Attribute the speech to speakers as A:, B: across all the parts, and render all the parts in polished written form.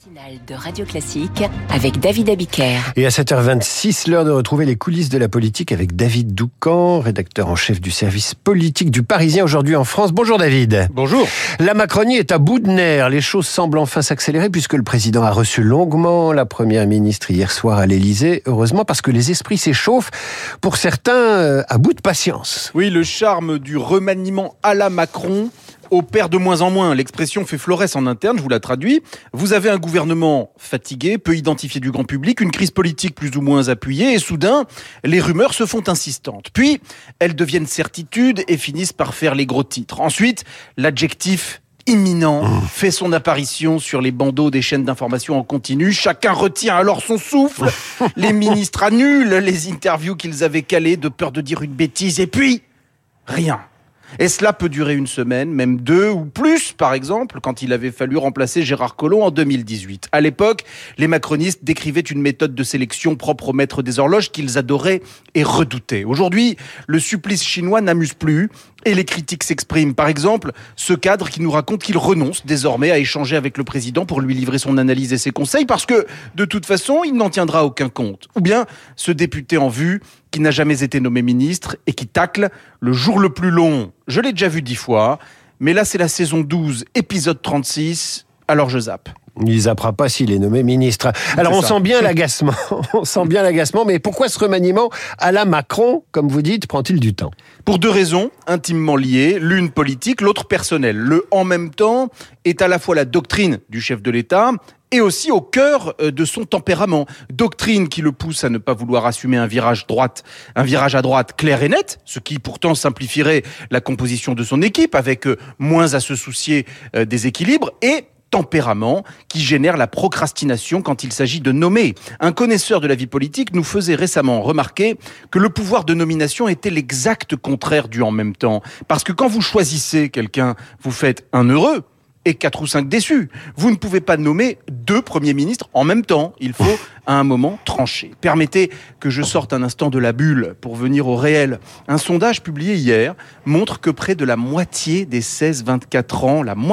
A: De Radio Classique avec David Abiker.
B: Et à 7h26, l'heure de retrouver les coulisses de la politique avec David Doucan, rédacteur en chef du service politique du Parisien aujourd'hui en France. Bonjour David.
C: Bonjour.
B: La Macronie est à bout de nerfs. Les choses semblent enfin s'accélérer puisque le président a reçu longuement la première ministre hier soir à l'Élysée. Heureusement parce que les esprits s'échauffent. Pour certains, à bout de patience.
C: Oui, le charme du remaniement à la Macron opère de moins en moins. L'expression fait florès en interne, je vous la traduis. Vous avez un gouvernement fatigué, peu identifié du grand public, une crise politique plus ou moins appuyée, et soudain, les rumeurs se font insistantes. Puis, elles deviennent certitudes et finissent par faire les gros titres. Ensuite, l'adjectif imminent fait son apparition sur les bandeaux des chaînes d'information en continu. Chacun retient alors son souffle. Les ministres annulent les interviews qu'ils avaient calées de peur de dire une bêtise. Et puis, rien. Et cela peut durer une semaine, même 2 ou plus, par exemple, quand il avait fallu remplacer Gérard Collomb en 2018. À l'époque, les macronistes décrivaient une méthode de sélection propre au maître des horloges qu'ils adoraient et redoutaient. Aujourd'hui, le supplice chinois n'amuse plus et les critiques s'expriment. Par exemple, ce cadre qui nous raconte qu'il renonce désormais à échanger avec le président pour lui livrer son analyse et ses conseils parce que, de toute façon, il n'en tiendra aucun compte. Ou bien, ce député en vue qui n'a jamais été nommé ministre et qui tacle le jour le plus long. Je l'ai déjà vu 10 fois, mais là c'est la saison 12, épisode 36, alors je zappe.
B: Il zappera pas s'il est nommé ministre. Alors on sent bien l'agacement, mais pourquoi ce remaniement à la Macron, comme vous dites, prend-il du temps ?
C: Pour 2 raisons intimement liées, l'une politique, l'autre personnelle. Le « en même temps » est à la fois la doctrine du chef de l'État et aussi au cœur de son tempérament. Doctrine qui le pousse à ne pas vouloir assumer un virage à droite clair et net, ce qui pourtant simplifierait la composition de son équipe avec moins à se soucier des équilibres, et tempérament qui génère la procrastination quand il s'agit de nommer. Un connaisseur de la vie politique nous faisait récemment remarquer que le pouvoir de nomination était l'exact contraire du « en même temps ». Parce que quand vous choisissez quelqu'un, vous faites un heureux et 4 ou 5 déçus. Vous ne pouvez pas nommer 2 premiers ministres en même temps. Il faut, à un moment, trancher. Permettez que je sorte un instant de la bulle pour venir au réel. Un sondage publié hier montre que près de la moitié des 16-24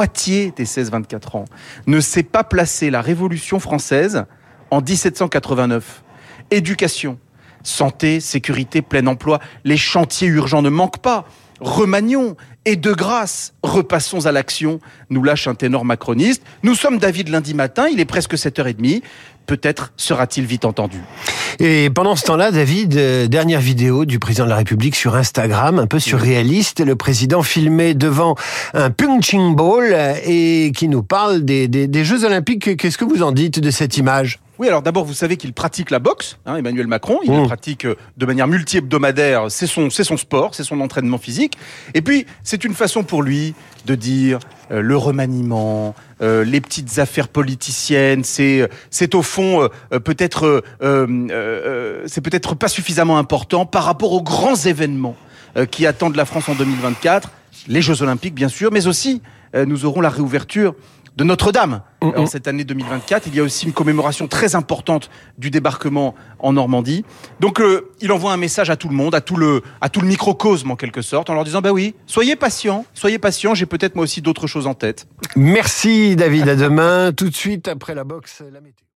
C: ans, ne sait pas placer la Révolution française en 1789. Éducation, santé, sécurité, plein emploi, les chantiers urgents ne manquent pas. Remanions et de grâce, repassons à l'action, nous lâche un ténor macroniste. Nous sommes David lundi matin, il est presque 7h30. Peut-être sera-t-il vite entendu.
B: Et pendant ce temps-là, David, dernière vidéo du président de la République sur Instagram, un peu surréaliste. Le président filmé devant un punching ball et qui nous parle des Jeux Olympiques. Qu'est-ce que vous en dites de cette image ?
C: Oui, alors d'abord, vous savez qu'il pratique la boxe, Emmanuel Macron. Il la pratique de manière multi-hebdomadaire. C'est son sport, c'est son entraînement physique. Et puis, c'est une façon pour lui de dire le remaniement, les petites affaires politiciennes. C'est au fond c'est peut-être pas suffisamment important par rapport aux grands événements qui attendent la France en 2024. Les Jeux Olympiques, bien sûr, mais aussi nous aurons la réouverture de Notre-Dame. En cette année 2024, il y a aussi une commémoration très importante du débarquement en Normandie. Donc, il envoie un message à tout le monde, à tout le microcosme en quelque sorte, en leur disant, oui, soyez patients, j'ai peut-être moi aussi d'autres choses en tête.
B: Merci David, à demain. Tout de suite après la boxe, la météo.